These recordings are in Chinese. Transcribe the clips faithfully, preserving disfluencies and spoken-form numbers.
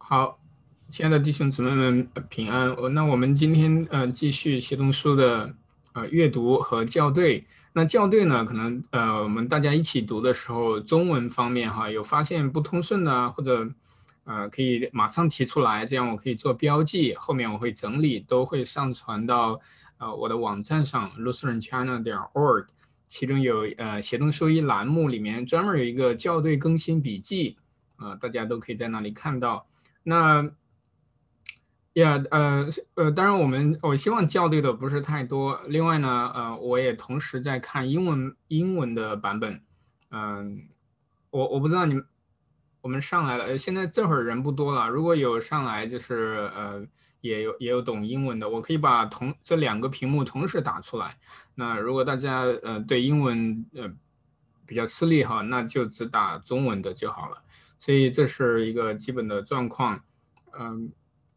好，亲爱的弟兄姊妹们，呃平安。呃那我们今天呃继续协同书的呃阅读和校对。那校对呢，可能呃我们大家一起读的时候，中文方面哈有发现不通顺的啊，或者呃可以马上提出来，这样我可以做标记，后面我会整理，都会上传到呃我的网站上 lutheran china 点 org，其中有呃协同书一栏目里面专门有一个校对更新笔记，啊、大家都可以在那里看到。那呀，呃呃，当然我们我希望校对的不是太多。另外呢，呃，我也同时在看英文英文的版本。嗯、我我不知道你们我们上来了，呃现在这会儿人不多了。如果有上来就是呃也有也有懂英文的，我可以把同这两个屏幕同时打出来。那如果大家呃对英文呃比较吃力哈，那就只打中文的就好了。所以这是一个基本的状况。嗯，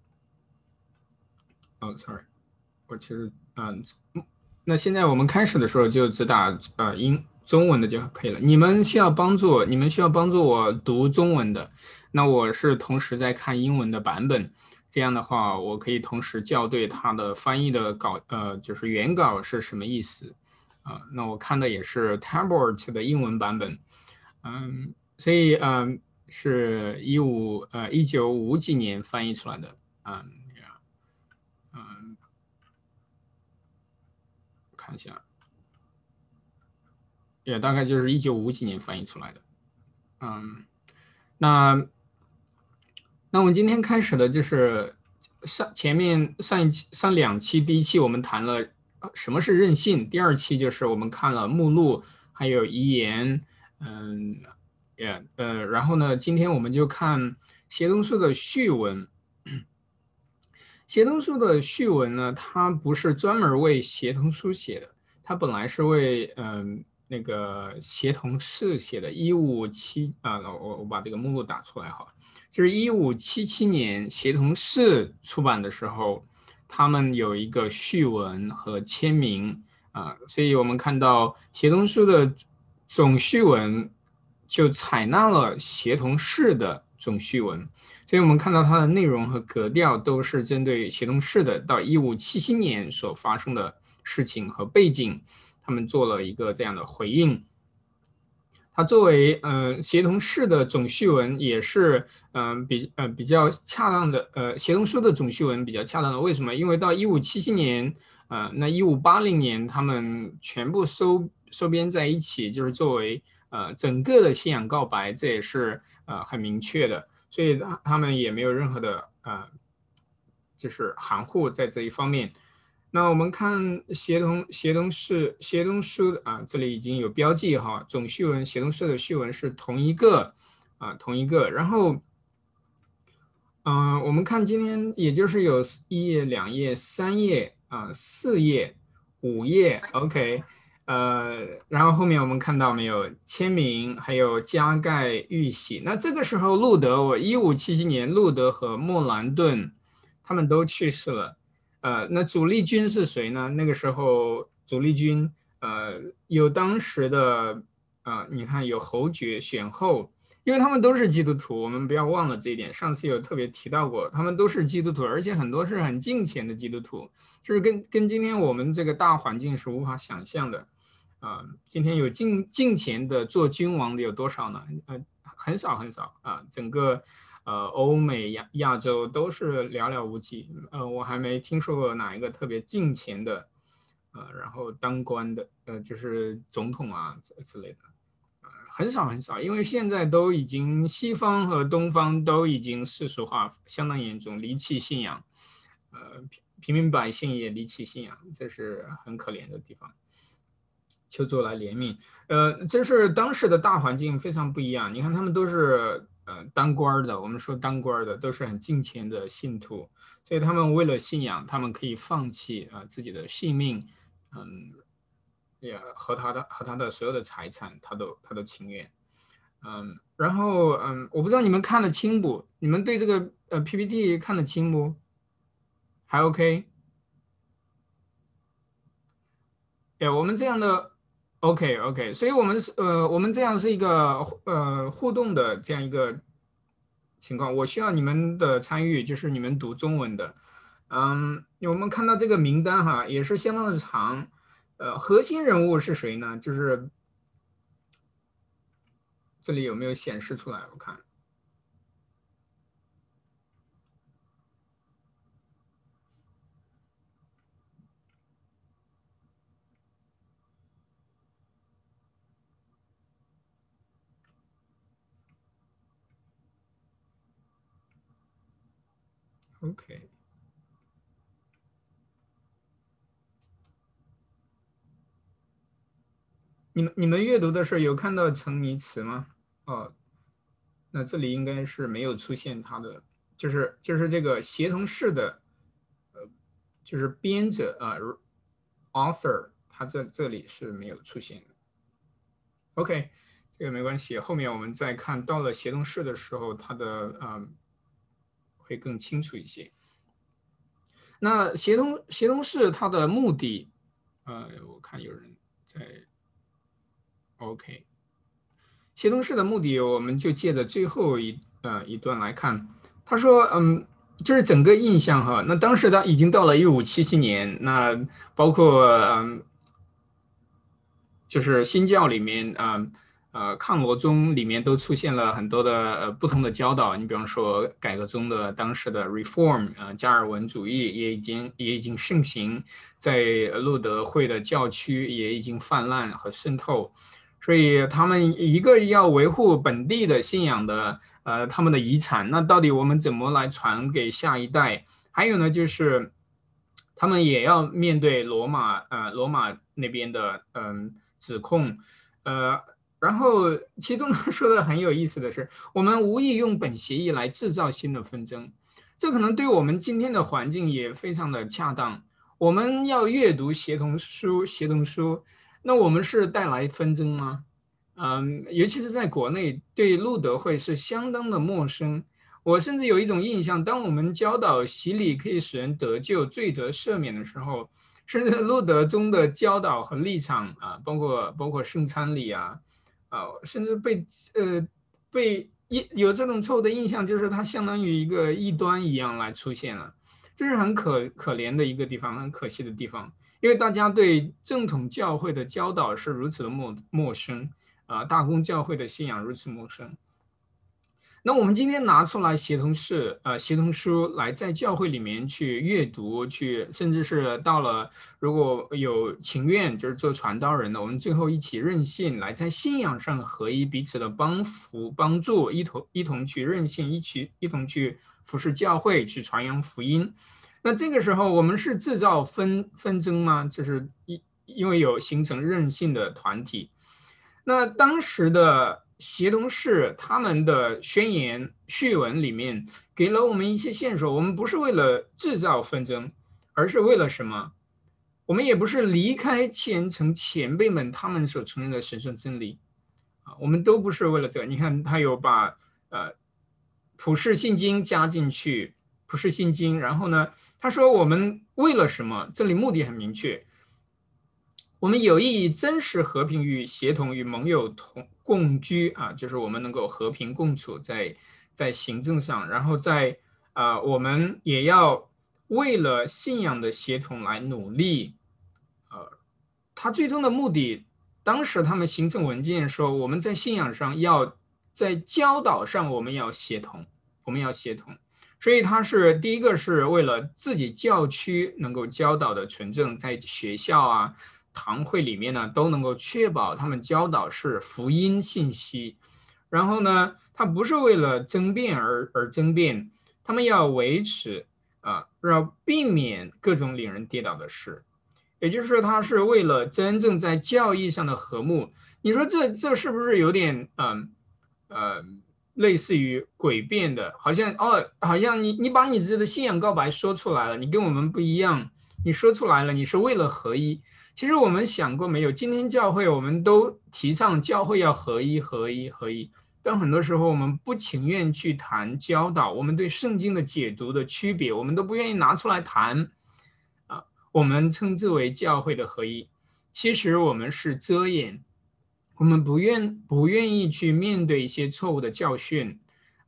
哦，sorry。我其实嗯，那现在我们开始的时候就只打呃英中文的就可以了。你们需要帮助，你们需要帮助我读中文的，那我是同时在看英文的版本。这样的话，我可以同时校对它的翻译的稿，呃，就是原稿是什么意思啊、那我看的也是 Tablet 的英文版本。嗯，所以嗯是一五呃一九五几年翻译出来的。嗯嗯，看一下。也大概就是一九五几年翻译出来的。嗯，那那我们今天开始的就是上前面上一期上两期，第一期我们谈了呃什么是任性，第二期就是我们看了目录还有遗言。嗯，也呃，然后呢，今天我们就看协同书的序文。协同书的序文呢，它不是专门为协同书写的，它本来是为嗯那个协同室写的。一五七啊，我我把这个目录打出来哈，就是一五七七年协同室出版的时候，他们有一个序文和签名啊，所以我们看到协同书的总序文就采纳了协同室的总序文。所以我们看到它的内容和格调都是针对协同室的到一五七七年所发生的事情和背景，他们做了一个这样的回应。它作为呃协同式的总序文，也是嗯、呃比呃比较恰当的。呃协同书的总序文比较恰当的。为什么？因为到一五七七年，呃那一五八零年他们全部收收编在一起，就是作为呃整个的信仰告白，这也是呃很明确的。所以他他们也没有任何的呃就是含糊在这一方面。那我们看协同协同式协同书啊，这里已经有标记哈，总序文协同式的序文是同一个啊，同一个。然后嗯、呃我们看今天也就是有一页、两页、三页啊、四页、五页，OK。呃，然后后面我们看到没有签名，还有加盖玉玺。那这个时候，路德，我一五七七年，路德和莫兰顿他们都去世了。呃，那主力军是谁呢？那个时候主力军呃有当时的呃，你看有侯爵选后。因为他们都是基督徒，我们不要忘了这一点。上次有特别提到过，他们都是基督徒，而且很多是很敬虔的基督徒，就是跟跟今天我们这个大环境是无法想象的。啊、今天有敬敬虔的做君王的有多少呢？呃，很少很少啊、整个呃欧美亚亚洲都是寥寥无几。呃，我还没听说过哪一个特别敬虔的，呃，然后当官的，呃，就是总统啊之之类的。很少很少，因为现在都已经西方和东方都已经世俗化相当严重，离弃信仰。呃，平平民百姓也离弃信仰，这是很可怜的地方。求主来怜悯。呃，这是当时的大环境非常不一样。你看，他们都是呃当官的，我们说当官的都是很敬虔的信徒，所以他们为了信仰，他们可以放弃啊、呃自己的性命。嗯，也和他的和他的所有的财产，他都他都情愿。嗯，然后嗯，我不知道你们看得清不？你们对这个呃 P P T 看得清不？还 OK？对，我们这样的 OK OK，所以我们是呃我们这样是一个呃互动的这样一个情况，我需要你们的参与，就是你们读中文的。嗯，我们看到这个名单哈，也是相当的长。呃，核心人物是谁呢？就是这里有没有显示出来？我看，OK。你们你们阅读的时候有看到成名词吗？哦，那这里应该是没有出现它的，就是就是这个协同式的，呃，就是编者啊，呃，author，它在这里是没有出现的。OK，这个没关系，后面我们再看到了协同式的时候，它的嗯会更清楚一些。那协同协同式它的目的，呃，我看有人在 OK。协同式的目的，我们就借着最后一呃一段来看。他说，嗯，就是整个印象哈。那当时他已经到了一五七七年，那包括嗯，就是新教里面啊呃，呃抗罗宗里面都出现了很多的呃不同的教导。你比方说，改革宗的当时的 Reform 呃加尔文主义也已经也已经盛行，在路德会的教区也已经泛滥和渗透。所以他们一个要维护本地的信仰的呃他们的遗产，那到底我们怎么来传给下一代？还有呢，就是他们也要面对罗马呃罗马那边的嗯、指控，呃，然后其中他说的很有意思的是，我们无意用本协议来制造新的纷争，这可能对我们今天的环境也非常的恰当。我们要阅读协同书，协同书。那我们是带来纷争吗？嗯，尤其是在国内，对路德会是相当的陌生。我甚至有一种印象，当我们教导洗礼可以使人得救、罪得赦免的时候，甚至路德宗的教导和立场啊，包括包括圣餐礼啊，啊，甚至被呃被一有这种错误的印象，就是它相当于一个异端一样来出现了，这是很可可怜的一个地方，很可惜的地方。因为大家对正统教会的教导是如此的陌陌生啊，大公教会的信仰如此陌生。那我们今天拿出来协同式呃协同书来在教会里面去阅读，去甚至是到了如果有情愿就是做传道人的，我们最后一起任性来在信仰上合一，彼此的帮扶帮助，一同一同去任性，一起一同去服侍教会，去传扬福音。那这个时候我们是制造纷纷争吗？就是因因为有形成韧性的团体。那当时的协同式他们的宣言序文里面给了我们一些线索，我们不是为了制造纷争，而是为了什么？我们也不是离开虔诚前辈们他们所承认的神圣真理啊，我们都不是为了这个。你看，他有把呃普世信经加进去，普世信经，然后呢，他说我们为了什么？这里目的很明确，我们有意以真实和平与协同与盟友同共居啊，就是我们能够和平共处在在行政上，然后在啊、呃我们也要为了信仰的协同来努力。呃，他最终的目的，当时他们行政文件说，我们在信仰上要在教导上我们要协同，我们要协同。所以他是第一个是为了自己教区能够教导的纯正，在学校啊。堂会里面呢，都能够确保他们教导是福音信息。然后呢，他不是为了争辩而而争辩，他们要维持啊，要避免各种令人跌倒的事。也就是说，他是为了真正在教义上的和睦。你说这这是不是有点嗯呃类似于诡辩的？好像哦，好像你你把你自己的信仰告白说出来了，你跟我们不一样，你说出来了，你是为了合一。其实我们想过没有？今天教会我们都提倡教会要合一、合一、合一，但很多时候我们不情愿去谈教导，我们对圣经的解读的区别，我们都不愿意拿出来谈啊。我们称之为教会的合一，其实我们是遮掩，我们不愿不愿意去面对一些错误的教训啊。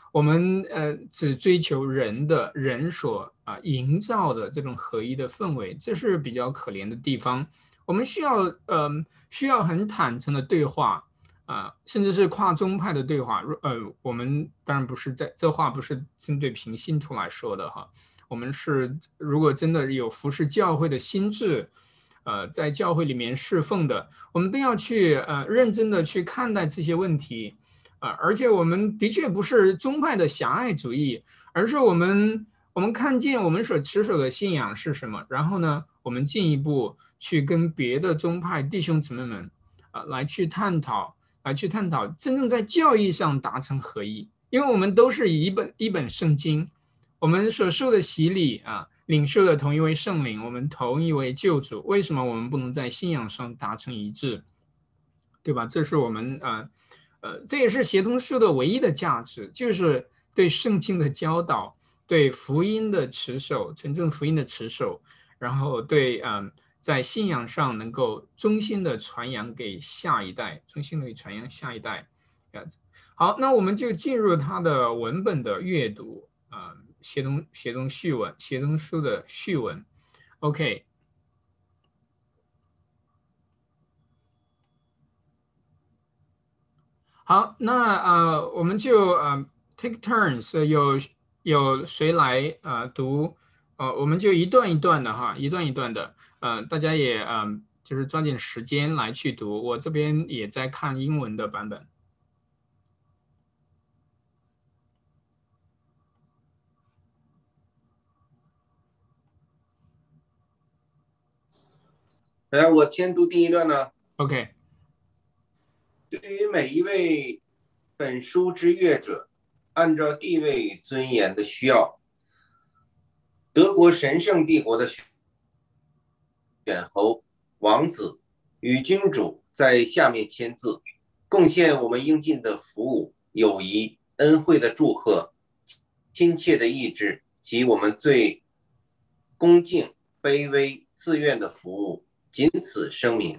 我们呃只追求人的人所啊、营造的这种合一的氛围，这是比较可怜的地方。我们需要呃需要很坦诚的对话啊、甚至是跨宗派的对话。呃，我们当然不是在这话不是针对平信徒来说的哈，我们是如果真的有服侍教会的心智。呃，在教会里面侍奉的，我们都要去呃认真的去看待这些问题。啊，而且我们的确不是宗派的狭隘主义，而是我们我们看见我们所持守的信仰是什么，然后呢，我们进一步去跟别的宗派弟兄姊妹们啊来去探讨，来去探讨真正在教义上达成合一，因为我们都是以一本一本圣经，我们所受的洗礼啊，领受的同一位圣灵，我们同一位救主，为什么我们不能在信仰上达成一致？对吧？这是我们呃呃，这也是协同书的唯一的价值，就是对圣经的教导，对福音的持守，纯正福音的持守，然后对嗯、呃，在信仰上能够忠心的传扬给下一代，忠心的传扬下一代。好，那我们就进入它的文本的阅读啊、呃，协同协同序文，协同书的序文。OK，好，那呃，我们就呃 take turns，有有谁来呃读？呃，我们就一段一段的哈，一段一段的，呃，大家也嗯、呃，就是抓紧时间来去读。我这边也在看英文的版本。 来，我先读第一段呢。 OK， 对于每一位本书之阅者，按照地位与尊严的需要，德国神圣帝国的选侯、王子与君主在下面签字，贡献我们应尽的服务、友谊、恩惠的祝贺、亲切的意志及我们最恭敬、卑微、自愿的服务，仅此声明。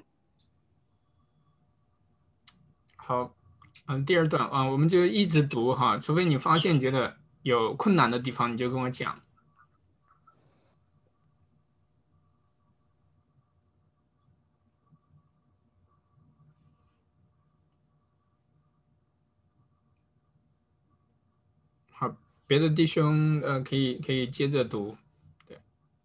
好，嗯，第二段啊、我们就一直读哈，除非你发现觉得有困难的地方，你就跟我讲。好，别的弟兄呃可以可以接着读。对，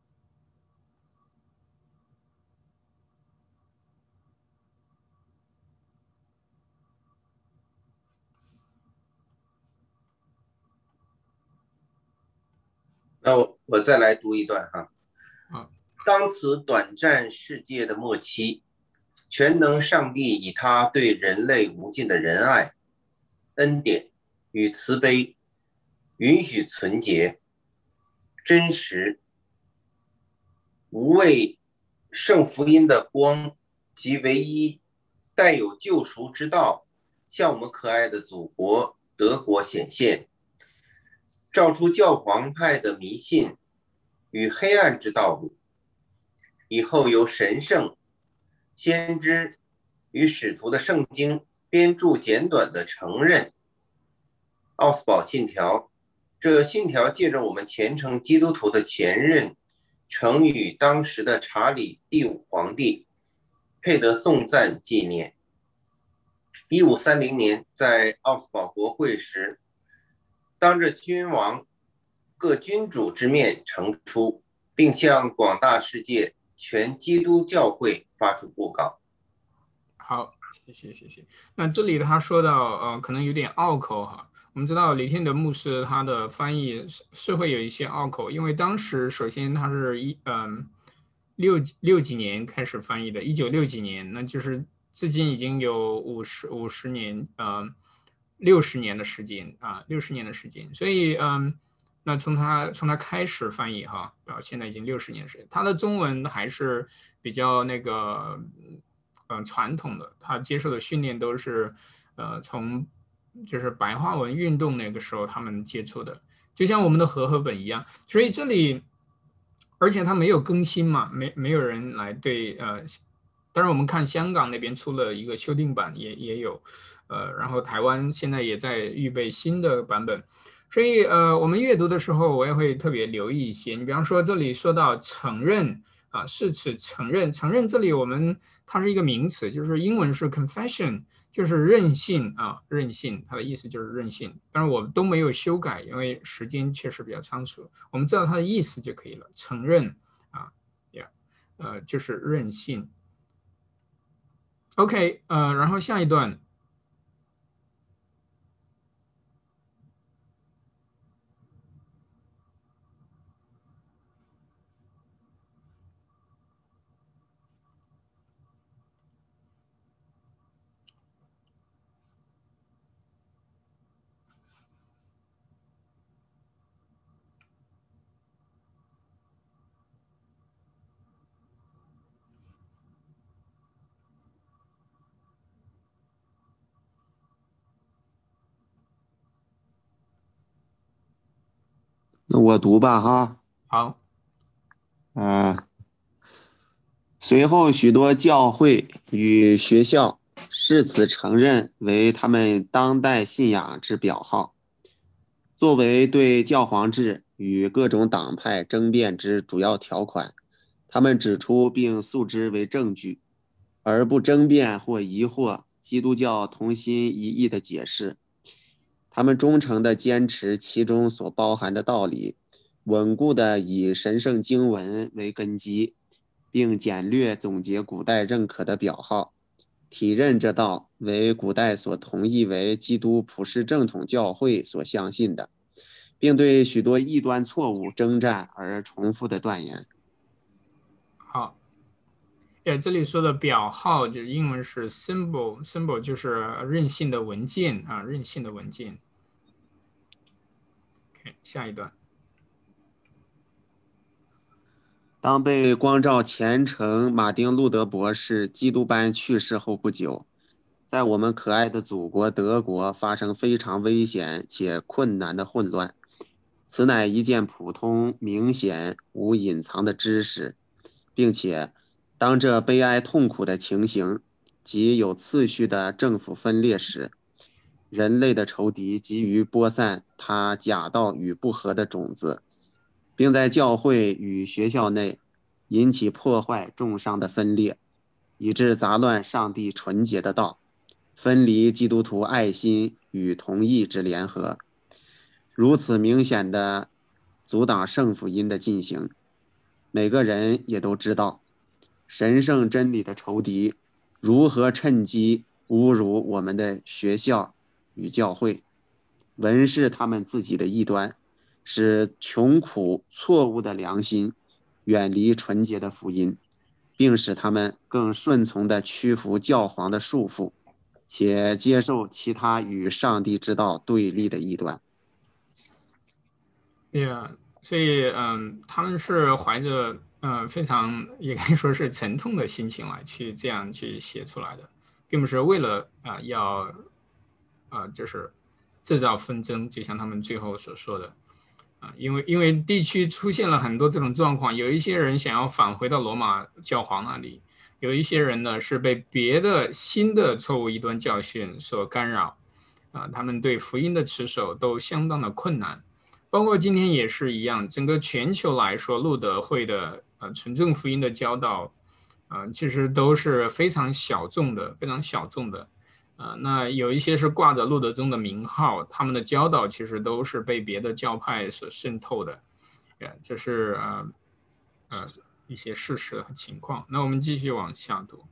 那我我再来读一段哈。 好， 当此短暂世界的末期，全能上帝以他对人类无尽的仁爱、恩典与慈悲，允许纯洁、真实、无畏圣福音的光及唯一带有救赎之道，向我们可爱的祖国德国显现，照出教皇派的迷信与黑暗之道路。以后由神圣、先知与使徒的圣经编著简短的承认奥斯堡信条。这信条借着我们虔诚基督徒的前任，呈与当时的查理第五皇帝，配得颂赞纪念。一五三零年，在奥斯堡国会时，当着君王各君主之面呈出，并向广大世界全基督教会发出布告。 好，谢谢谢谢。那这里他说到呃，可能有点拗口哈。我们知道李天德牧师他的翻译是是会有一些拗口，因为当时首先他是一嗯六六几年开始翻译的，一九六几年，那就是至今已经有五十五十年呃六十年的时间啊，六十年的时间，所以嗯。那从他从他开始翻译哈，到现在已经六十年时间，他的中文还是比较那个嗯、呃传统的，他接受的训练都是呃从就是白话文运动那个时候他们接触的，就像我们的和合本一样，所以这里而且它没有更新嘛，没没有人来对呃，当然我们看香港那边出了一个修订版也也有，呃，然后台湾现在也在预备新的版本。 所以呃，我们阅读的时候，我也会特别留意一些。你比方说这里说到承认啊，是指承认，承认这里我们它是一个名词，就是英文是 confession，就是任性啊，任性，它的意思就是任性。当然我都没有修改，因为时间确实比较仓促，我们知道它的意思就可以了。承认啊，呀，呃，就是任性。OK，呃，然后下一段。 那我读吧哈。 好。 嗯、呃随后许多教会与学校视此承认为他们当代信仰之表号，作为对教皇制与各种党派争辩之主要条款。他们指出并诉之为证据，而不争辩或疑惑基督教同心一意的解释。他们忠诚地坚持其中所包含的道理，稳固地以神圣经文为根基，并简略总结古代认可的表号，体认这道为古代所同意为基督普世正统教会所相信的，并对许多异端错误征战而重复的断言。 好。哎，这里说的表号就是英文是 symbol，symbol 就是任性的文件啊，任性的文件。OK，下一段。 当被光照虔诚马丁·路德博士基督班去世后不久，在我们可爱的祖国德国发生非常危险且困难的混乱。此乃一件普通、明显、无隐藏的知识，并且当这悲哀痛苦的情形及有次序的政府分裂时，人类的仇敌急于播散他假道与不和的种子，并在教会与学校内引起破坏重伤的分裂，以致杂乱上帝纯洁的道，分离基督徒爱心与同意之联合，如此明显的阻挡圣福音的进行。每个人也都知道，神圣真理的仇敌如何趁机侮辱我们的学校与教会，文饰他们自己的异端，使穷苦错误的良心远离纯洁的福音，并使他们更顺从地屈服教皇的束缚，且接受其他与上帝之道对立的异端。 对啊，所以嗯，他们是怀着嗯非常也可以说是沉痛的心情来去这样去写出来的，并不是为了啊、呃、要啊、呃、就是制造纷争，就像他们最后所说的啊，因为因为地区出现了很多这种状况，有一些人想要返回到罗马教皇那里，有一些人呢是被别的新的错误异端教训所干扰啊，他们对福音的持守都相当的困难。包括今天也是一样，整个全球来说，路德会的呃纯正福音的教导，呃，其实都是非常小众的，非常小众的。呃，那有一些是挂着路德宗的名号，他们的教导其实都是被别的教派所渗透的，呃，这是呃呃一些事实和情况。那我们继续往下读。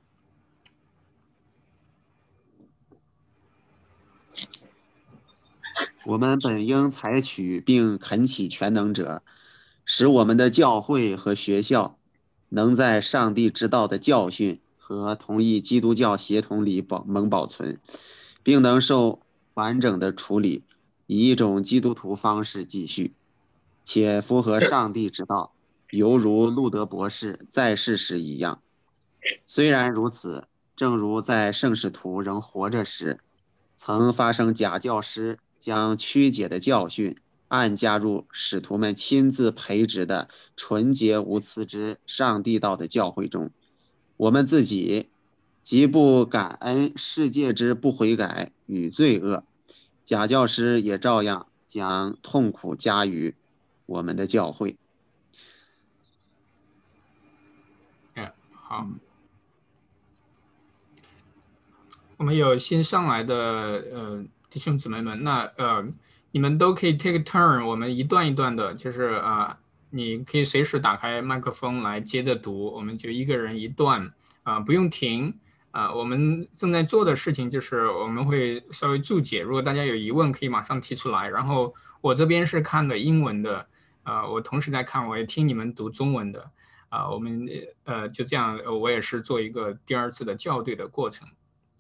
我们本应采取并恳请全能者，使我们的教会和学校能在上帝之道的教训和同一基督教协同里保蒙保存，并能受完整的处理，以一种基督徒方式继续，且符合上帝之道，犹如路德博士在世时一样。虽然如此，正如在圣使徒仍活着时，曾发生假教师将曲解的教训按加入使徒们亲自培植的纯洁无疵之上帝道的教会中，我们自己极不感恩世界之不悔改与罪恶，假教师也照样将痛苦加于我们的教会。 哎，好，我们有新上来的呃弟兄姊妹们，那呃你们都可以 take a turn，我们一段一段的，就是啊、呃，你可以随时打开麦克风来接着读，我们就一个人一段啊、呃，不用停啊、呃。我们正在做的事情就是我们会稍微注解，如果大家有疑问可以马上提出来。然后我这边是看的英文的，啊、呃，我同时在看，我也听你们读中文的啊、呃，我们呃就这样，我也是做一个第二次的校对的过程。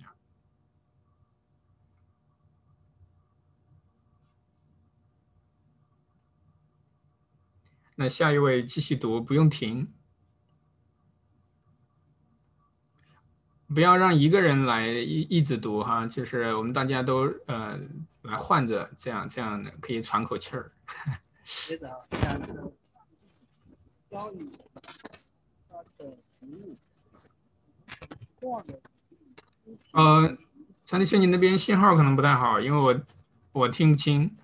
那下一位继续读，不用停，不要让一个人来一一直读哈，就是我们大家都呃来换着，这样这样可以喘口气儿。 接着看这教育他的服务，断的呃，张立轩，你那边信号可能不太好，因为我我听不清。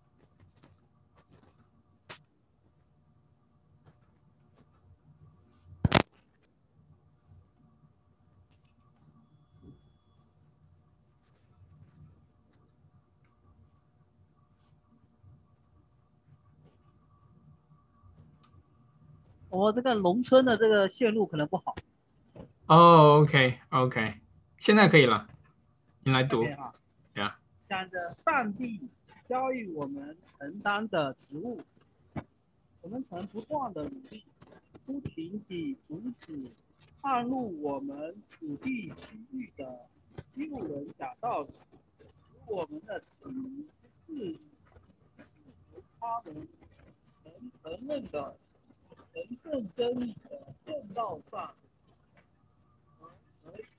我这个农村的这个线路可能不好。 哦，OK OK，现在可以了，你来读。 啊， 呀， 向着上帝教育我们承担的职务，我们曾不断的努力，不停地阻止暗入我们土地区域的诱人假道理，使我们的子民自以由他们能承认的神圣真理的正道上，而可以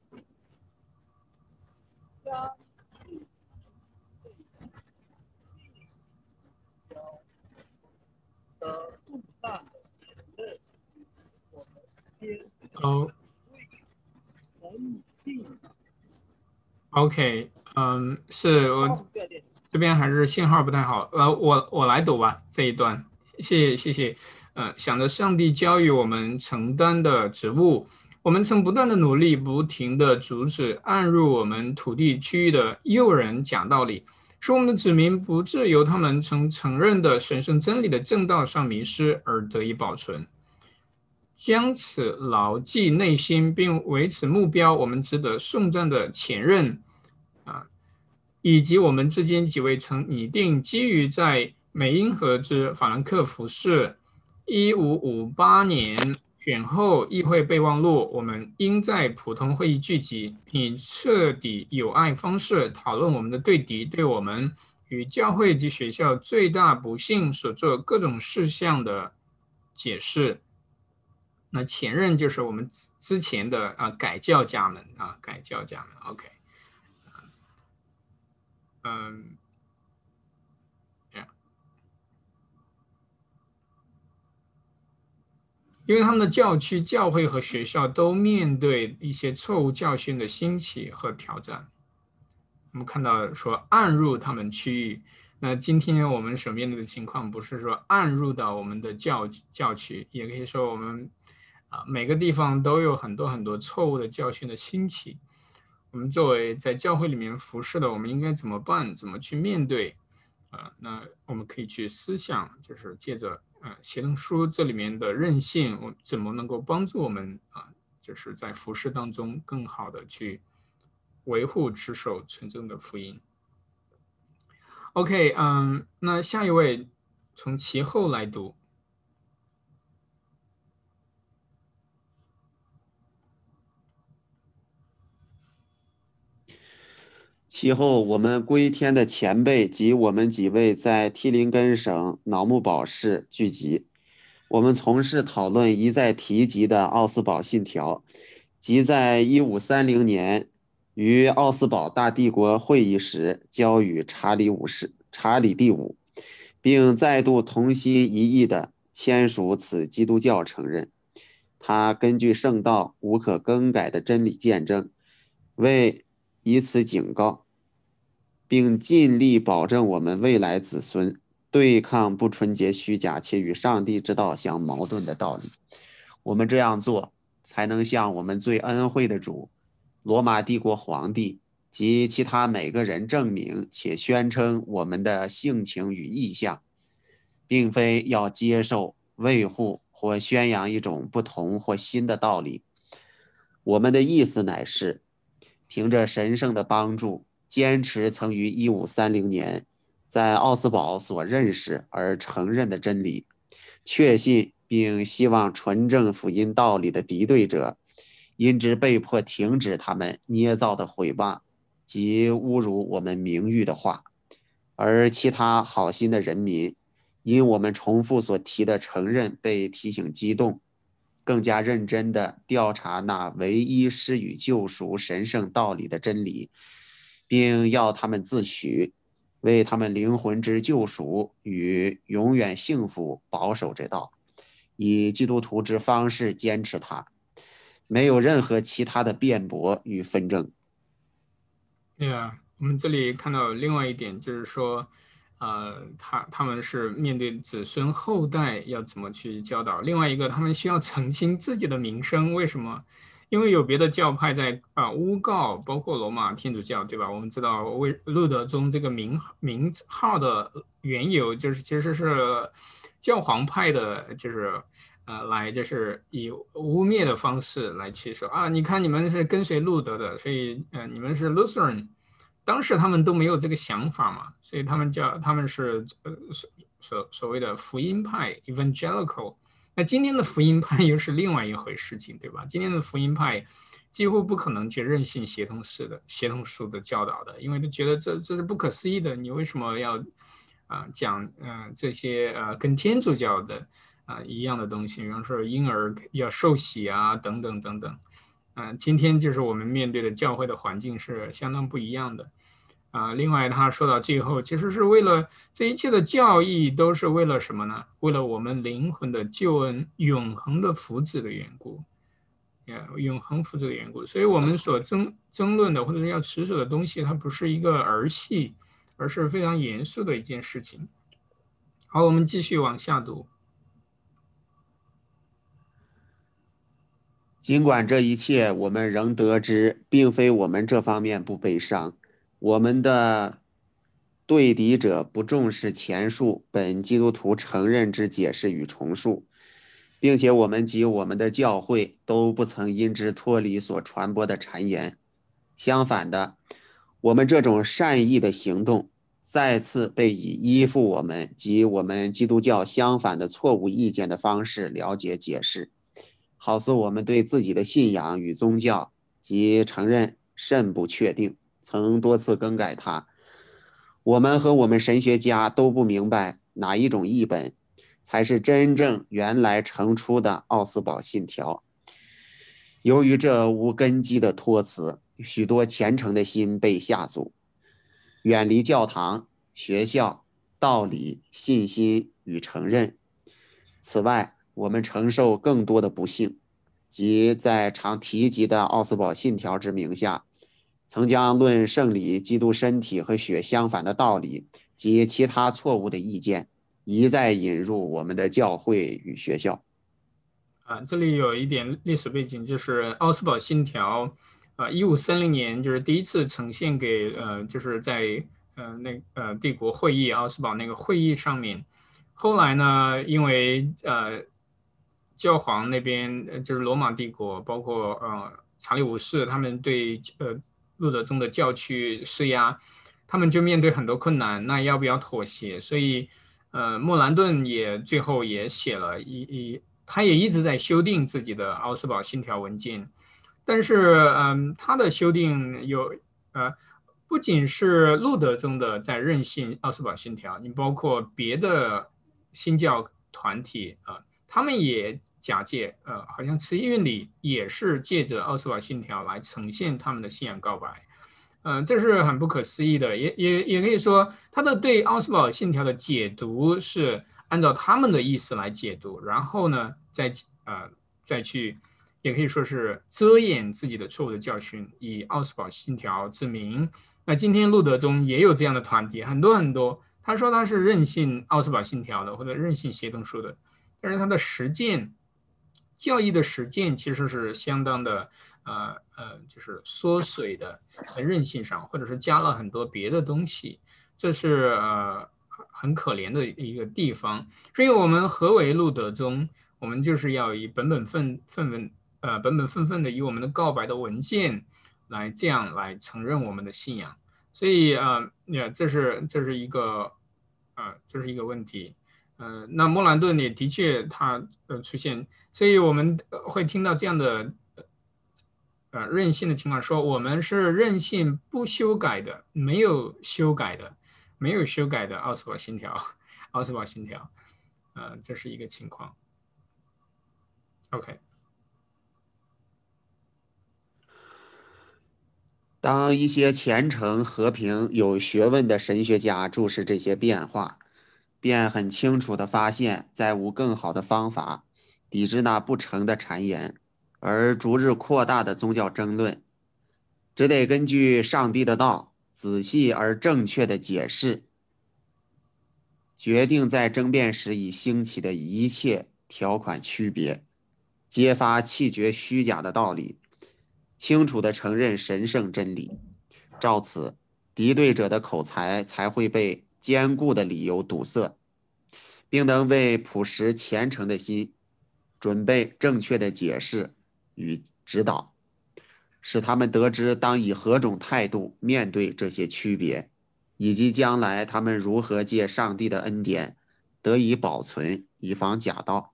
将此对标的颂赞的言论以及我们之间哦能定 ，OK，嗯，是我高热烈。 这边还是信号不太好，呃，我我来读吧这一段，谢谢谢谢，呃，想着上帝教育我们承担的职务，我们曾不断的努力，不停的阻止暗入我们土地区域的诱人假道理，使我们的子民不致由他们曾承认的神圣真理的正道上迷失而得以保存。将此牢记内心，并为此目标，我们值得颂赞的前任啊。以及我们之间几位曾拟定基于在美因河之法兰克福市一五五八年选后议会备忘录，我们应在普通会议聚集，以彻底友爱方式讨论我们的对敌对我们与教会及学校最大不幸所做各种事项的解释。那前任就是我们之前的啊改教家们啊改教家们 ，OK。嗯，因为他们的教区、教会和学校都面对一些错误教训的兴起和挑战。我们看到说暗入他们区域，那今天我们所面对的情况不是说暗入到我们的教教区，也可以说我们啊每个地方都有很多很多错误的教训的兴起。我们作为在教会里面服侍的，我们应该怎么办？怎么去面对？啊，那我们可以去思想，就是借着呃协同书这里面的韧性，我怎么能够帮助我们啊，就是在服侍当中更好的去维护持守纯正的福音。OK， 嗯，那下一位从其后来读。 其后，我们归天的前辈及我们几位在梯林根省瑙木堡市聚集，我们从事讨论一再提及的奥斯堡信条，即在一五三零年于奥斯堡大帝国会议时交予查理五世、查理第五，并再度同心一意地签署此基督教承认。他根据圣道无可更改的真理见证，为以此警告， 并尽力保证我们未来子孙对抗不纯洁虚假且与上帝之道相矛盾的道理。我们这样做，才能向我们最恩惠的主罗马帝国皇帝及其他每个人证明且宣称我们的性情与意向，并非要接受、维护或宣扬一种不同或新的道理。我们的意思乃是，凭着神圣的帮助，坚持曾于一五三零年在奥斯堡所认识而承认的真理，确信并希望纯正福音道理的敌对者，因之被迫停止他们捏造的毁谤及侮辱我们名誉的话，而其他好心的人民因我们重复所提的承认被提醒激动，更加认真地调查那唯一施予救赎神圣道理的真理，并要他们自诩为他们灵魂之救赎与永远幸福保守这道，以基督徒之方式坚持它，没有任何其他的辩驳与纷争。 对啊，我们这里看到另外一点，就是说，呃，他他们是面对子孙后代要怎么去教导。另外一个，他们需要澄清自己的名声。为什么？因为有别的教派在啊、呃、诬告，包括罗马天主教，对吧？我们知道为路德宗这个名名号的缘由，就是其实是教皇派的，就是呃来就是以污蔑的方式来去说啊，你看你们是跟随路德的，所以呃你们是 Lutheran。当时他们都没有这个想法嘛，所以他们叫他们是呃所所所谓的福音派 （Evangelical）。那今天的福音派又是另外一回事情，对吧？今天的福音派几乎不可能去任性协同式的协同术的教导的，因为他觉得这这是不可思议的，你为什么要啊、呃、讲呃这些呃跟天主教的啊、呃、一样的东西，比方说婴儿要受洗啊等等等等。嗯、呃，今天就是我们面对的教会的环境是相当不一样的。啊、呃，另外他说到最后，其实是为了这一切的教义都是为了什么呢？为了我们灵魂的救恩、永恒的福祉的缘故，呀，永恒福祉的缘故。所以我们所争争论的或者是要持守的东西，它不是一个儿戏，而是非常严肃的一件事情。好，我们继续往下读。 尽管这一切我们仍得知，并非我们这方面不悲伤，我们的对敌者不重视前述本基督徒承认之解释与重述，并且我们及我们的教会都不曾因之脱离所传播的谗言。相反的，我们这种善意的行动再次被以依附我们及我们基督教相反的错误意见的方式了解解释，好似我们对自己的信仰与宗教及承认甚不确定，曾多次更改它。我们和我们神学家都不明白哪一种译本才是真正原来成出的奥斯堡信条。由于这无根基的托词，许多虔诚的心被吓阻，远离教堂、学校、道理、信心与承认。此外，我们承受更多的不幸，即在常提及的奥斯堡信条之名下，曾将论圣礼、基督身体和血相反的道理及其他错误的意见一再引入我们的教会与学校。 啊，这里有一点历史背景，就是奥斯堡信条，啊，一五三零年就是第一次呈现给呃，就是在呃那呃帝国会议奥斯堡那个会议上面。后来呢，因为呃教皇那边就是罗马帝国，包括呃查理五世他们对呃路德宗的教区施压，他们就面对很多困难，那要不要妥协？所以呃莫兰顿也最后也写了一一。他也一直在修订自己的奥斯堡信条文件，但是，嗯，他的修订有，呃，不仅是路德宗的在任性奥斯堡信条，你包括别的新教团体啊、呃，他们也假借，呃，好像慈禧运里也是借着奥斯堡信条来呈现他们的信仰告白，嗯、呃，这是很不可思议的，也也也可以说，他的对奥斯堡信条的解读是按照他们的意思来解读，然后呢，再呃再去，也可以说是遮掩自己的错误的教训，以奥斯堡信条之名那今天路德中也有这样的团体，很多很多。他说他是任性奥斯堡信条的，或者任性协同书的，但是他的实践，教义的实践其实是相当的，呃呃，就是缩水的，在任性上，或者是加了很多别的东西，这是呃很可怜的一个地方。所以，我们何为路德宗？我们就是要以本本分分文，呃，本本分分的以我们的告白的文件来这样来承认我们的信仰。所以啊，呃，这是这是一个。啊、呃，这是一个问题。呃，那莫兰顿也的确他呃出现，所以我们会听到这样的呃任性的情况，说我们是任性不修改的，没有修改的，没有修改的奥斯堡信条，奥斯堡信条，呃，这是一个情况。OK。 当一些虔诚、和平、有学问的神学家注视这些变化，便很清楚地发现，再无更好的方法抵制那不成的谗言，而逐日扩大的宗教争论，只得根据上帝的道，仔细而正确的解释，决定在争辩时已兴起的一切条款区别，揭发弃绝虚假的道理，清楚地承认神圣真理。照此，敌对者的口才才会被坚固的理由堵塞，并能为朴实虔诚的心准备正确的解释与指导，使他们得知当以何种态度面对这些区别，以及将来他们如何借上帝的恩典得以保存，以防假道。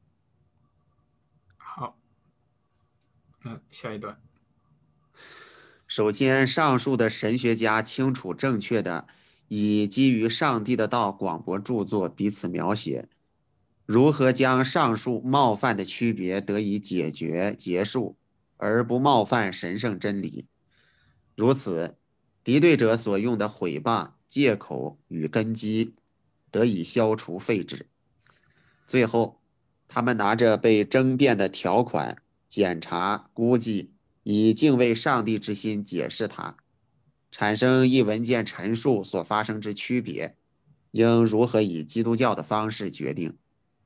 好，嗯，下一段。 首先，上述的神学家清楚正确的以基于上帝的道广博著作彼此描写，如何将上述冒犯的区别得以解决结束，而不冒犯神圣真理。如此，敌对者所用的毁谤、借口与根基得以消除废止。最后，他们拿着被争辩的条款检查、估计，以敬畏上帝之心解释它，产生一文件陈述所发生之区别，应如何以基督教的方式决定。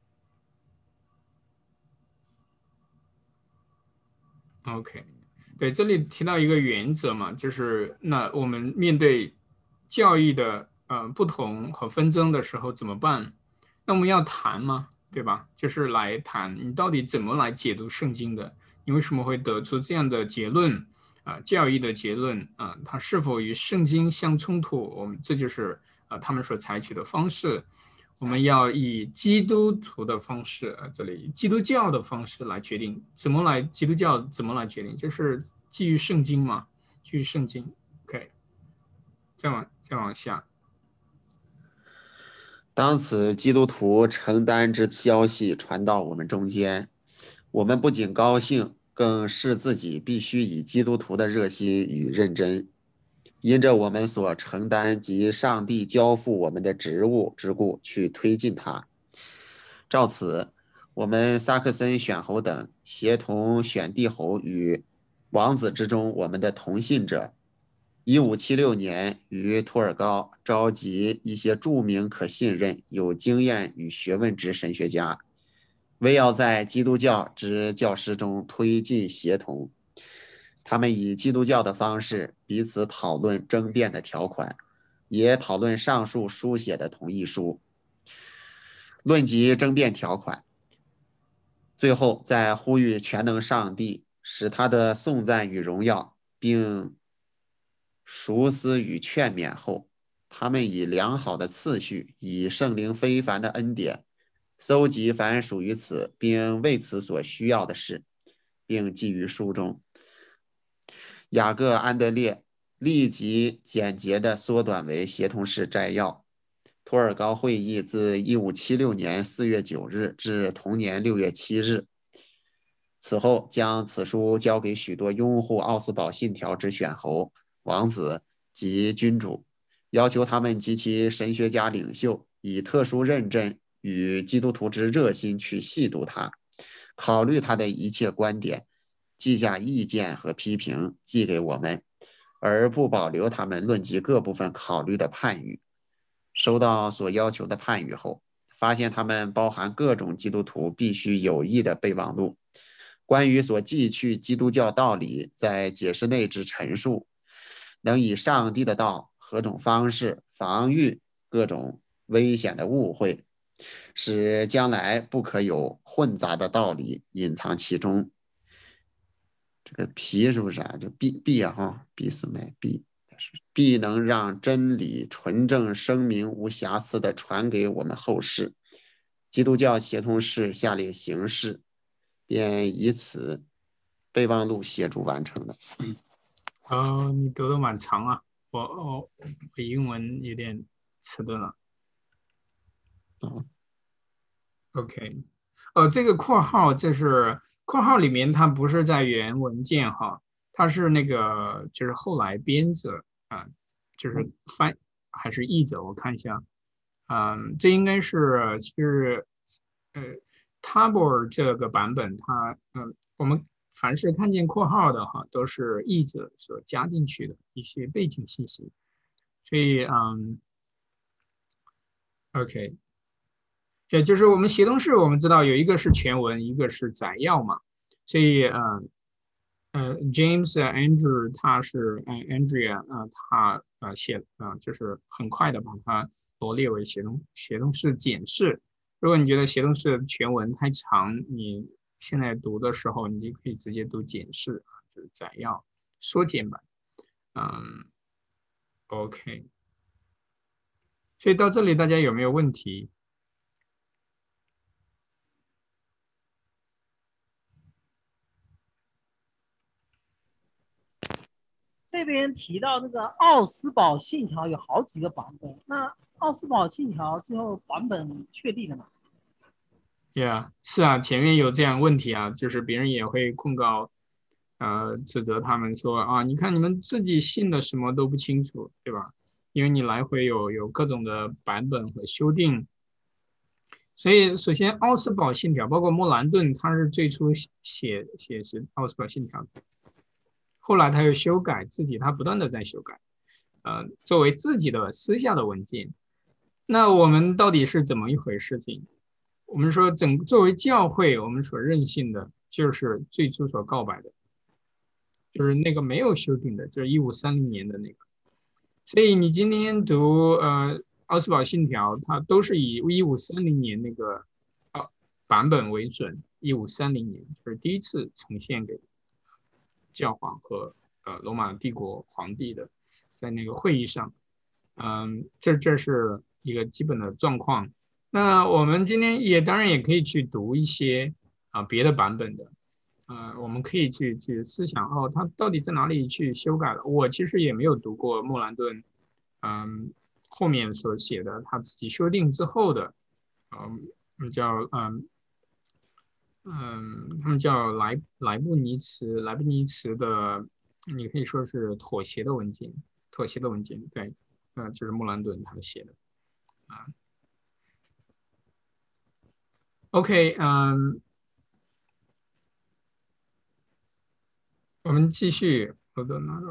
OK， 对，这里提到一个原则嘛，就是那我们面对教义的呃不同和纷争的时候怎么办？那我们要谈吗？对吧？就是来谈你到底怎么来解读圣经的？你为什么会得出这样的结论啊、呃？教义的结论啊、呃，它是否与圣经相冲突？我们这就是啊、呃、他们所采取的方式。我们要以基督徒的方式，呃，这里基督教的方式来决定怎么来，基督教怎么来决定，就是基于圣经嘛，基于圣经。OK， 再往再往下。 当此基督徒承担之消息传到我们中间，我们不仅高兴，更视自己必须以基督徒的热心与认真，因着我们所承担及上帝交付我们的职务之故去推进它。照此，我们萨克森选侯等协同选帝侯与王子之中我们的同信者，一五七六年于托尔高召集一些著名可信任、有经验与学问之神学家，为要在基督教之教师中推进协同。他们以基督教的方式彼此讨论争辩的条款，也讨论上述书写的同意书，论及争辩条款。最后，在呼吁全能上帝使他的颂赞与荣耀，并熟思与劝勉后，他们以良好的次序，以圣灵非凡的恩典，搜集凡属于此，并为此所需要的事，并记于书中。雅各·安德烈立即简洁地缩短为协同式摘要。托尔高会议自一五七六年四月九日至同年六月七日。此后，将此书交给许多拥护奥斯堡信条之选侯、王子及君主，要求他们及其神学家领袖以特殊认真与基督徒之热心去细读它，考虑他的一切观点，记下意见和批评，寄给我们， 而不保留他们论及各部分考虑的判语。收到所要求的判语后，发现他们包含各种基督徒必须有益的备忘录，关于所记去基督教道理在解释内之陈述，能以上帝的道何种方式防御各种危险的误会，使将来不可有混杂的道理隐藏其中。这个皮是不是啊？就必必啊哈，必死麦必必能让真理纯正声明无瑕疵的传给我们后世。基督教协同室下列形式，便以此备忘录协助完成的。 哦，你读的蛮长啊，我我我英文有点迟钝了。 哦 OK，呃，这个括号这是括号里面它不是在原文件哈，它是那个就是后来编者啊、就是翻还是译者，我看一下，嗯，这应该是是呃 Tabor 这个版本它，嗯，我们凡是看见括号的哈，都是译者所加进去的一些背景信息，所以嗯，OK。也就是我们协同式，我们知道有一个是全文，一个是摘要嘛，所以呃呃，James Andrew 他是呃 Andrea 呃他呃写呃就是很快的把它罗列为协同协同式简式。如果你觉得协同式全文太长，你现在读的时候，你就可以直接读简式啊，就是摘要缩减版。嗯，OK，所以到这里大家有没有问题？ 这边提到这个奥斯堡信条有好几个版本，那奥斯堡信条最后版本确定了吗？ Yeah，是啊，前面有这样问题啊，就是别人也会控告，呃，指责他们说啊，你看你们自己信的什么都不清楚，对吧？因为你来回有有各种的版本和修订，所以首先奥斯堡信条，包括莫兰顿，他是最初写写写是奥斯堡信条，后来他又修改自己，他不断的在修改，呃，作为自己的私下的文件。那我们到底是怎么一回事情？我们说整作为教会，我们所认信的就是最初所告白的，就是那个没有修订的，就是一五三零年的那个。所以你今天读呃奥斯堡信条，它都是以一五三零年那个呃版本为准，一五三零年就是第一次呈现给教皇和呃罗马帝国皇帝的，在那个会议上，嗯，这这是一个基本的状况。那我们今天也当然也可以去读一些啊、别的版本的，呃，我们可以去去思想哦，他到底在哪里去修改了？我其实也没有读过莫兰顿，嗯，后面所写的他自己修订之后的，嗯，叫嗯嗯，他们叫莱莱布尼茨莱布尼茨的，你可以说是妥协的文件，妥协的文件，对，呃，就是莫兰顿他写的啊。OK，嗯，我们继续。我的拿到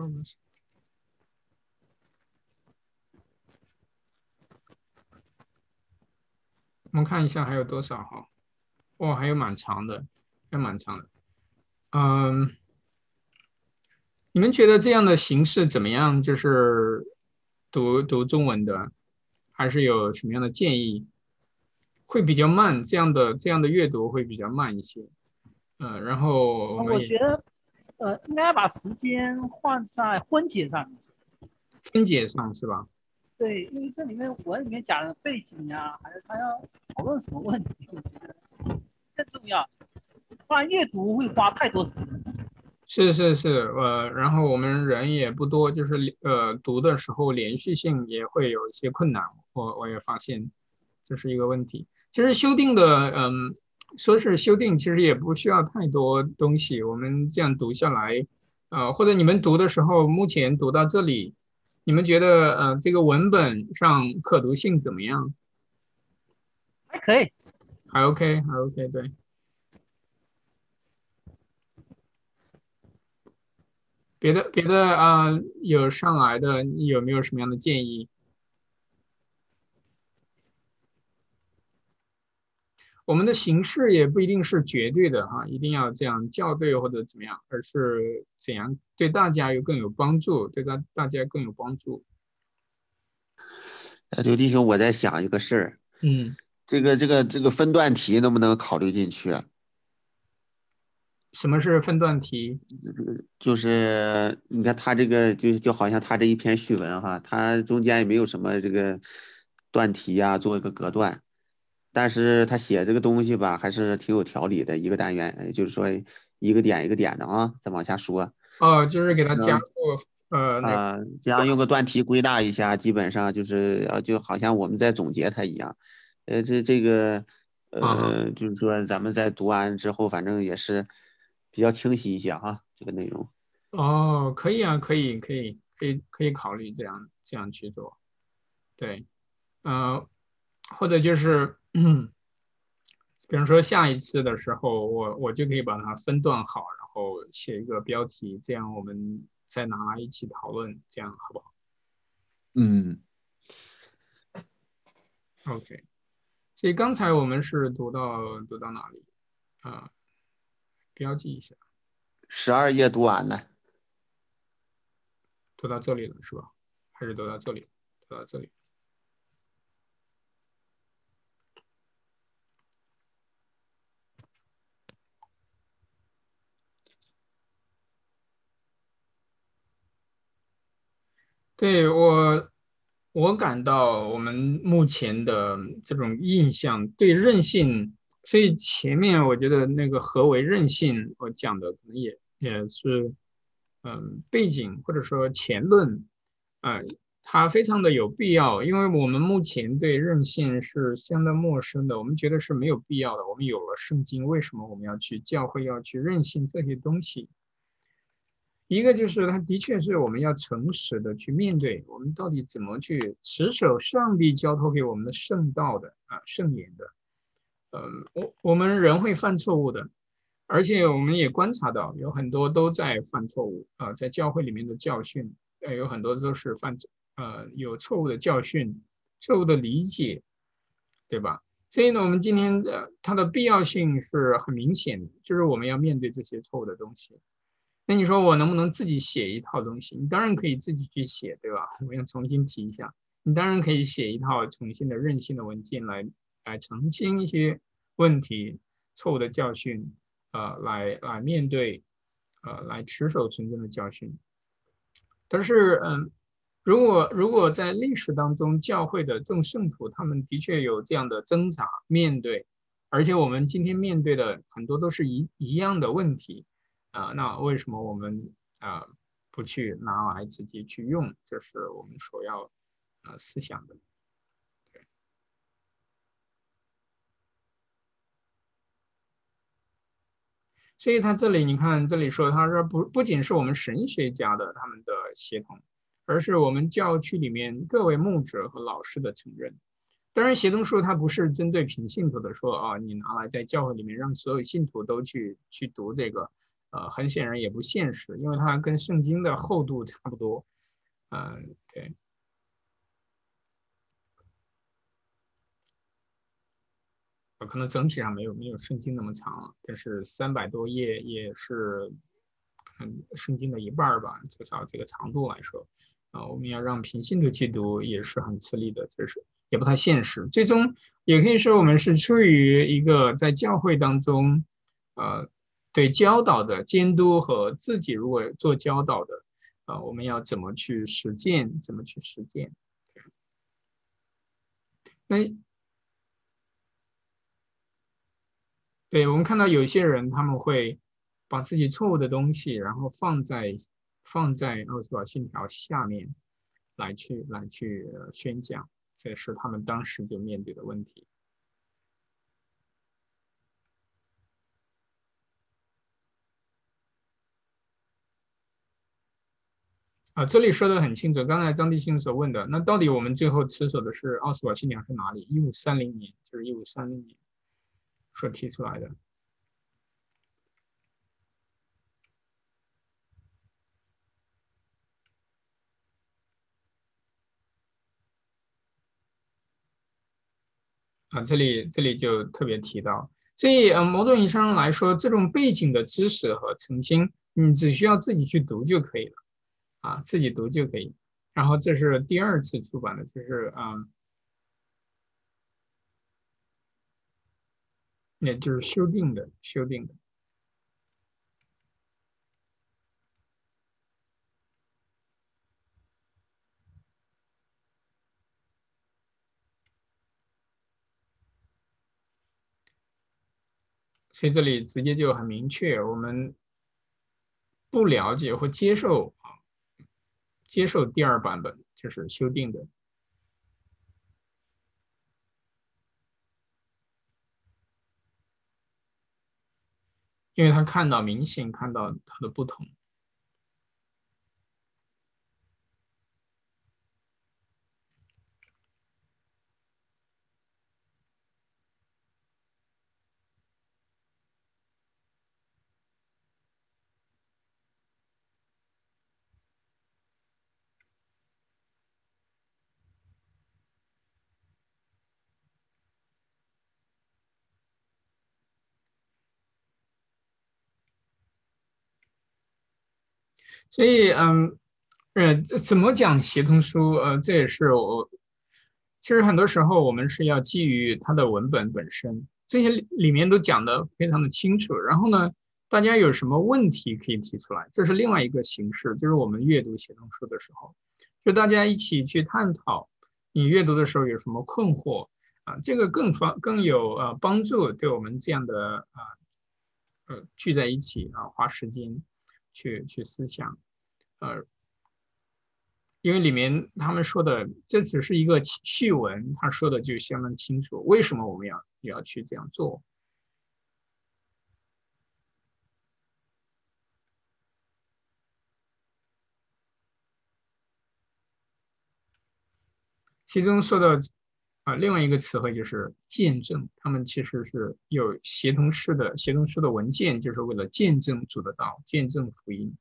我们看一下还有多少哈？哇，还有蛮长的，还蛮长的。嗯，你们觉得这样的形式怎么样？就是读读中文的，还是有什么样的建议？会比较慢，这样的这样的阅读会比较慢一些。嗯，然后我们也我觉得，呃，应该把时间放在婚节上面。 分解上是吧？ 对，因为这里面文里面讲的背景啊，还有他要讨论什么问题，我觉得更重要。不然阅读会花太多时间。 是是是，呃，然后我们人也不多，就是呃读的时候连续性也会有一些困难，我我也发现这是一个问题。其实修订的，嗯，说是修订，其实也不需要太多东西。我们这样读下来，呃，或者你们读的时候，目前读到这里，你们觉得呃这个文本上可读性怎么样？ 还可以。 还 OK，还 OK，对。 别的别的啊、呃有上来的，你有没有什么样的建议？我们的形式也不一定是绝对的哈，一定要这样校对或者怎么样，而是怎样对大家有更有帮助，对大大家更有帮助。 呃，刘弟兄，我在想一个事儿， 嗯， 这个这个这个分段题能不能考虑进去啊？ 什么是分段题？ 就是你看他这个就就好像他这一篇序文哈，他中间也没有什么这个段题呀、做一个隔断，但是他写这个东西吧，还是挺有条理的，一个单元，呃就是说一个点一个点的啊，再往下说， 哦，就是给他加能入呃那个啊、这样用个段题归纳一下，基本上就是呃就好像我们在总结它一样，呃，这这个啊呃，就是说咱们在读完之后，反正也是比较清晰一些哈，这个内容。 哦，可以啊，可以可以可以可以考虑这样这样去做。对，呃，或者就是比如说下一次的时候，我我就可以把它分段好，然后写一个标题，这样我们再拿来一起讨论，这样好不好嗯。 ？OK。所以刚才我们是读到读到哪里啊？标记一下， 十二页读完了。 读到这里了是吧？还是读到这里？读到这里。对，我，我感到我们目前的这种印象对韧性，所以前面我觉得那个何为韧性，我讲的可能也也是，嗯，背景或者说前论，啊、它非常的有必要，因为我们目前对韧性是相当陌生的，我们觉得是没有必要的。我们有了圣经，为什么我们要去教会要去韧性这些东西？一个就是它的确是我们要诚实的去面对，我们到底怎么去持守上帝交托给我们的圣道的啊圣言的。嗯，我我们人会犯错误的，而且我们也观察到有很多都在犯错误啊，在教会里面的教训，呃，有很多都是犯呃有错误的教训、错误的理解，对吧？所以呢，我们今天的它的必要性是很明显的，就是我们要面对这些错误的东西。那你说我能不能自己写一套东西？你当然可以自己去写，对吧？我要重新提一下，你当然可以写一套重新的韧性的文件来来澄清一些问题、错误的教训，呃，来来面对，呃，来持守纯正的教训。但是，嗯，如果如果在历史当中，教会的众圣徒他们的确有这样的挣扎面对，而且我们今天面对的很多都是一一样的问题。啊、那为什么我们啊、不去拿来直接去用？这是我们所要呃思想的。所以他这里你看，这里说他说不不仅是我们神学家的他们的协同，而是我们教区里面各位牧者和老师的承认。当然，协同书它不是针对平信徒的说啊，你拿来在教会里面让所有信徒都去去读这个，呃，很显然也不现实，因为它跟圣经的厚度差不多。嗯、对。可能整体上没有没有圣经那么长，但是三百多页也是，嗯，圣经的一半吧，至少这个长度来说，啊、我们要让平信徒去读也是很吃力的，这是也不太现实。最终也可以说，我们是出于一个在教会当中，呃，对教导的监督和自己如果做教导的，啊、我们要怎么去实践，怎么去实践。那对，我们看到有些人他们会把自己错误的东西，然后放在放在奥斯堡信条下面来去来去呃宣讲，这是他们当时就面对的问题啊。这里说的很清楚，刚才张弟兄所问的，那到底我们最后持守的是奥斯堡信条是哪里？一五三零年，就是一五三零年所提出来的。 啊，这里这里就特别提到，所以呃，某种意义上来说，这种背景的知识和澄清，你只需要自己去读就可以了啊，自己读就可以。然后这是第二次出版的，就是嗯，也就是修订的修订的。所以这里直接就很明确，我们不了解或接受啊，接受第二版本就是修订的，因为他看到明显看到它的不同。所以，嗯，呃，怎么讲协同书？呃，这也是我，其实很多时候我们是要基于它的文本本身，这些里里面都讲的非常的清楚。然后呢，大家有什么问题可以提出来，这是另外一个形式，就是我们阅读协同书的时候，就大家一起去探讨你阅读的时候有什么困惑啊，这个更方更有呃帮助，对我们这样的啊呃聚在一起啊花时间去去思想。呃，因为里面他们说的这只是一个序文，他说的就相当清楚，为什么我们要要去这样做。其中说的啊、呃，另外一个词汇就是见证，他们其实是有协同式的协同式的文件，就是为了见证主的道，见证福音。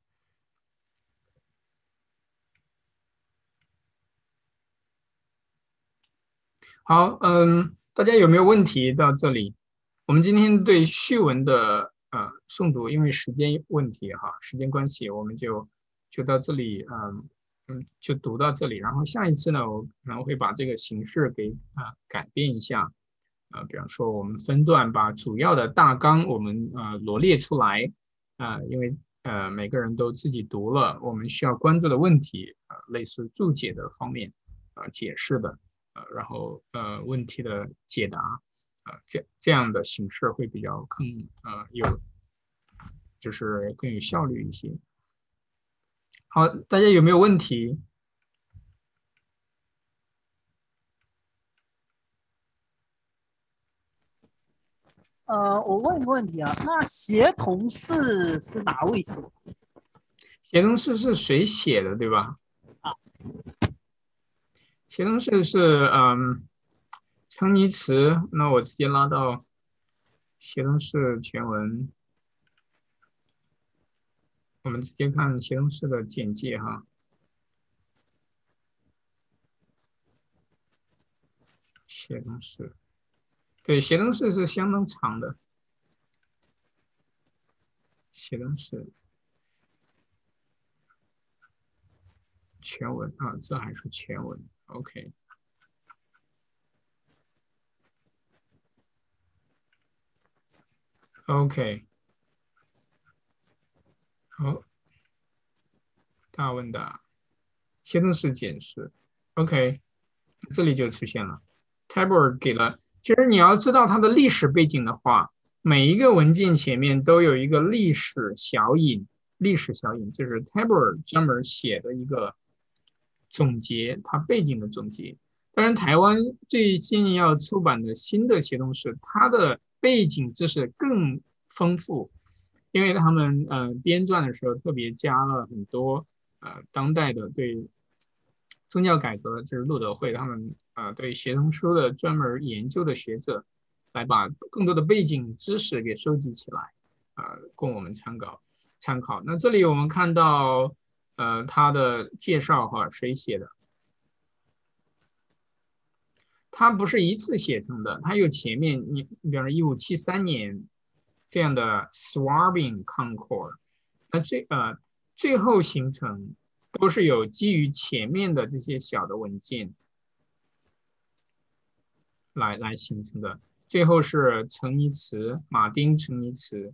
好，嗯，大家有没有问题到这里？我们今天对序文的呃诵读，因为时间问题哈，时间关系，我们就就到这里，嗯嗯，就读到这里。然后下一次呢，我可能会把这个形式给啊、呃、改变一下，啊、呃，比方说我们分段把主要的大纲我们呃罗列出来，啊、呃，因为呃每个人都自己读了，我们需要关注的问题，呃，类似注解的方面，呃，解释的。呃，然后呃问题的解答，呃这这样的形式会比较更呃有，就是更有效率一些。好，大家有没有问题？ 呃，我问一个问题啊，那协同式是哪位写的？ 协同式是谁写的，对吧？ 啊， 协同式是嗯称尼茨，那我直接拉到协同式全文，我们直接看协同式的简介哈。协同式，对，协同式是相当长的，协同式。全文啊，这还是全文 ，OK。OK，好，大问答，协同式解释 ，OK，这里就出现了 Tabor 给了，其实你要知道它的历史背景的话，每一个文件前面都有一个历史小引，历史小引就是 Tabor 专门写的一个总结，它背景的总结。当然，台湾最近要出版的新的协同式，它的背景知识更丰富，因为他们呃编撰的时候特别加了很多呃当代的对宗教改革，就是路德会他们呃对协同书的专门研究的学者，来把更多的背景知识给收集起来，呃供我们参考参考。那这里我们看到呃他的介绍哈，谁写的？ 它不是一次写成的，它有前面你你比方说一五七三年这样的 Swabian Concord， 那最呃最后形成都是有基于前面的这些小的文件来来形成的。最后是陈尼茨，马丁陈尼茨，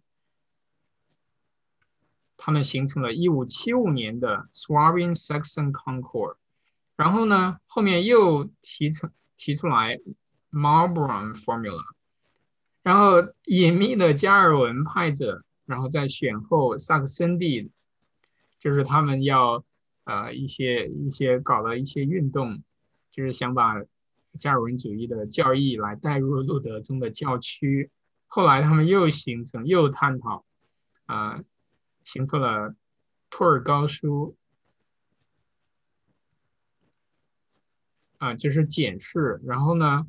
他们形成了一五七五年的 Swabian Saxon Concord， 然后呢，后面又提成提出来 Marlborough Formula， 然后隐秘的加尔文派者，然后再选后萨克森地，就是他们要呃一些一些搞了一些运动，就是想把加尔文主义的教义来带入路德宗的教区。后来他们又形成又探讨，啊、呃，形成了托尔高书，啊、呃，就是简释。然后呢，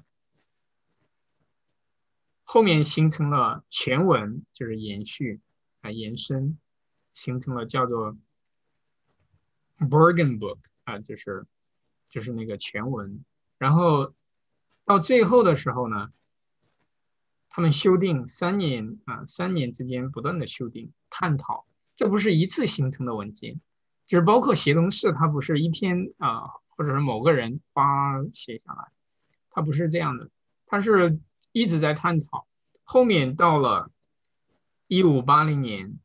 后面形成了全文，就是延续啊、呃、延伸，形成了叫做 Bergen Book 啊、呃，就是就是那个全文。然后到最后的时候呢，他们修订三年啊，三年之间不断的修订探讨，这不是一次形成的文件，就是包括协同式，它不是一天啊，或者是某个人发写下来，它不是这样的，它是一直在探讨。后面到了一五八零年，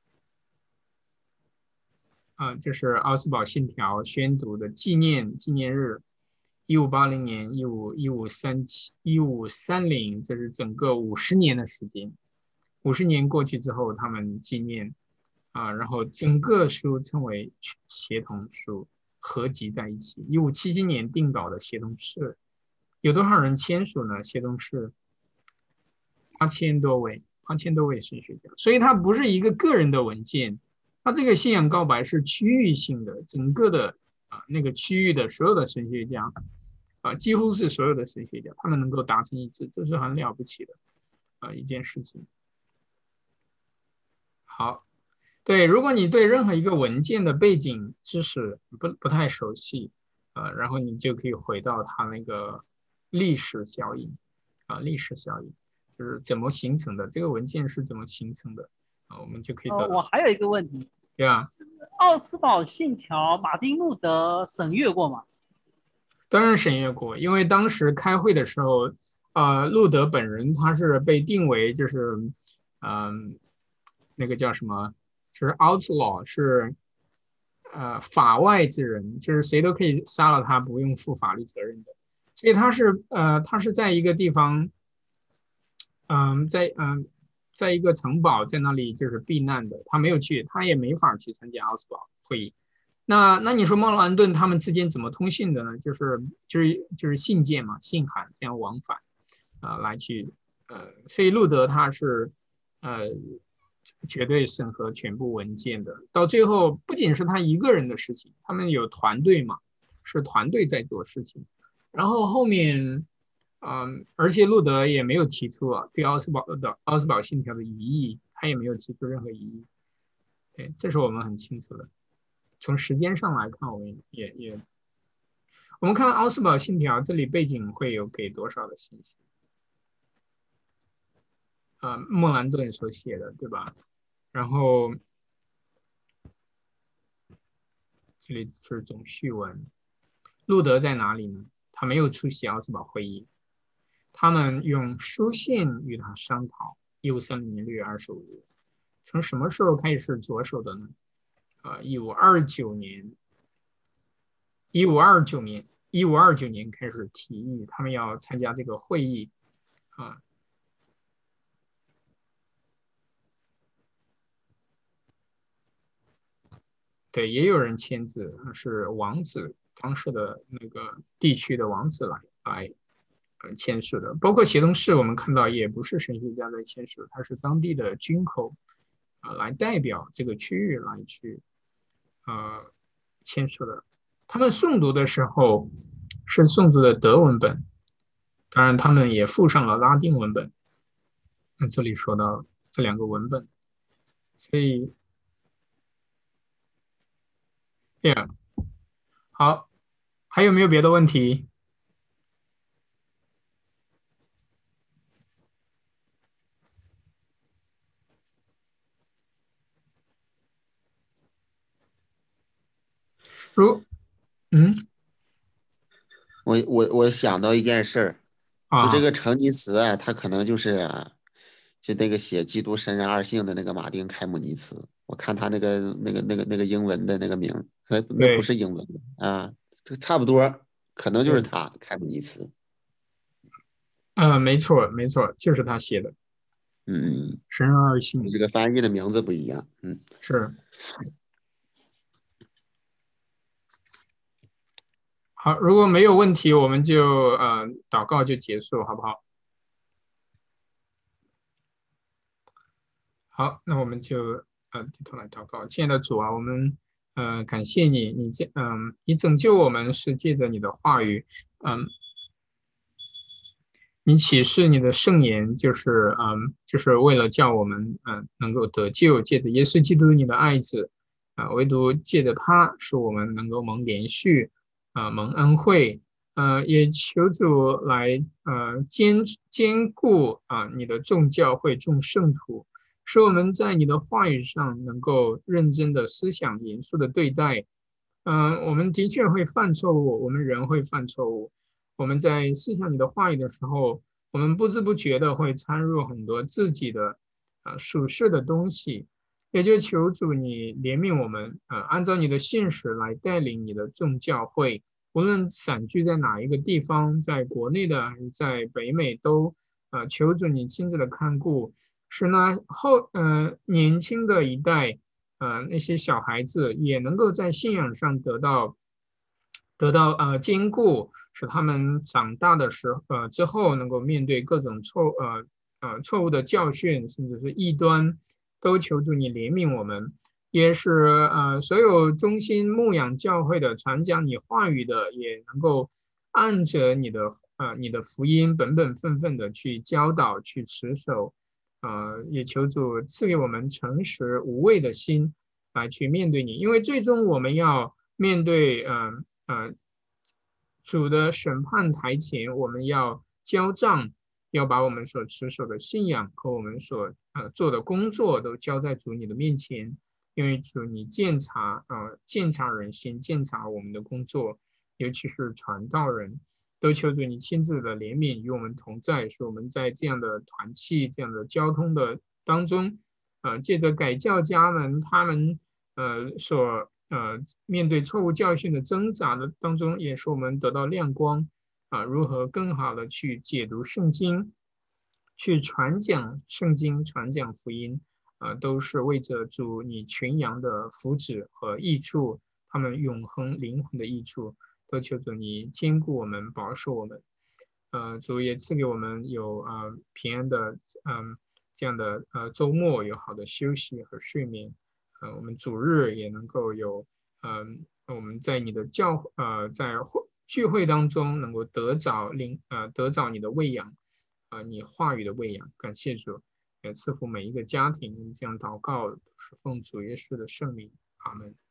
啊，就是奥斯堡信条宣读的纪念纪念日。一五八零年、一五一五三七、一五三零，这是整个五十年的时间。五十年过去之后，他们纪念啊，然后整个书称为协同书，合集在一起。一五七七年定稿的协同式，有多少人签署呢？协同式八千多位，八千多位神学家，所以它不是一个个人的文件，它这个信仰告白是区域性的，整个的啊那个区域的所有的神学家。啊，几乎是所有的神学家，他们能够达成一致，这是很了不起的啊一件事情。好，对，如果你对任何一个文件的背景知识不不太熟悉，呃，然后你就可以回到它那个历史效应啊，历史效应就是怎么形成的，这个文件是怎么形成的啊，我们就可以得到。 呃，我还有一个问题， 对啊， 奥斯堡信条，马丁路德审阅过吗？ 当然审阅过，因为当时开会的时候，呃，路德本人他是被定为就是，嗯、呃，那个叫什么，就是 outlaw， 是呃法外之人，就是谁都可以杀了他，不用负法律责任的。所以他是呃他是在一个地方，嗯、呃，在嗯、呃，在一个城堡在那里就是避难的，他没有去，他也没法去参加奥斯堡会议。那那你说莫兰顿他们之间怎么通信的呢？就是就是就是信件嘛，信函这样往返啊、呃、来去呃，所以路德他是呃绝对审核全部文件的。到最后不仅是他一个人的事情，他们有团队嘛，是团队在做事情。然后后面嗯，而且路德也没有提出啊对奥斯堡的奥斯堡信条的疑义，他也没有提出任何疑义。对，这是我们很清楚的。从时间上来看，我们也也，我们看奥斯堡信条，这里背景会有给多少的信息？呃，莫兰顿所写的，对吧？然后这里是总序文。路德在哪里呢？他没有出席奥斯堡会议，他们用书信与他商讨。一五三零年六月二十五日，从什么时候开始着手的呢？呃，一五二九年。一五二九年，一五二九年开始提议他们要参加这个会议，啊，对，也有人签字，是王子当时的那个地区的王子来来呃签署的，包括协同式，我们看到也不是神学家在签署，他是当地的军口啊、呃、来代表这个区域来去呃签署的。他们诵读的时候是诵读的德文本。当然，他们也附上了拉丁文本。那这里说到这两个文本，所以，Yeah，好，还有没有别的问题？ 如嗯我我我想到一件事儿，就这啊， 个成吉思啊，他可能就是就那个写《基督神人二性》的那个马丁·开姆尼茨。我看他那个那个那个那个英文的那个名儿，呃，那不对是英文的啊，这差不多，可能就是对， 他，开姆尼茨。 呃，没错没错，就是他写的嗯， 《神人二性》 这个翻译的名字不一样。嗯， 是。好，如果没有问题，我们就呃祷告就结束，好不好？好，那我们就呃低头来祷告。亲爱的主啊，我们呃感谢你，你这嗯、你拯救我们是借着你的话语，嗯、你启示你的圣言，就是嗯，就是为了叫我们嗯、能够得救，借着耶稣基督你的爱子啊、唯独借着他，使我们能够蒙连续啊、蒙恩惠，呃，也求主来呃坚坚固啊、你的众教会众圣徒，使我们在你的话语上能够认真的思想，严肃的对待。嗯、我们的确会犯错误，我们人会犯错误。我们在思想你的话语的时候，我们不知不觉的会掺入很多自己的呃属世的东西，也就求主你怜悯我们，呃，按照你的信使来带领你的众教会，无论散居在哪一个地方，在国内的还是在北美都，呃，求主你亲自的看顾，使呢后呃年轻的一代，呃那些小孩子也能够在信仰上得到。得到呃坚固，使他们长大的时候呃之后能够面对各种错呃呃错误的教训，甚至是异端，都求助你怜悯我们，也是呃所有忠心牧养教会的传讲你话语的，也能够按着你的呃你的福音本本分分的去教导去持守，呃也求主赐给我们诚实无畏的心来去面对你，因为最终我们要面对呃呃主的审判台前，我们要交账，要把我们所持守的信仰和我们所呃做的工作都交在主你的面前，因为主你鉴察呃鉴察人心，鉴察我们的工作，尤其是传道人，都求主你亲自的怜悯与我们同在，使我们在这样的团契、这样的交通的当中，呃，借着改教家们他们呃所呃面对错误教训的挣扎的当中，也使我们得到亮光啊、如何更好的去解读圣经，去传讲圣经、传讲福音，啊、都是为着主你群羊的福祉和益处，他们永恒灵魂的益处，都求主你坚固我们，保守我们。呃，主也赐给我们有呃平安的嗯、这样的呃周末，有好的休息和睡眠。呃，我们主日也能够有嗯、我们在你的教呃在会聚会当中能够得着灵呃得着你的喂养，啊、你话语的喂养。感谢主，也赐福每一个家庭。这样祷告是奉主耶稣的圣名，阿门。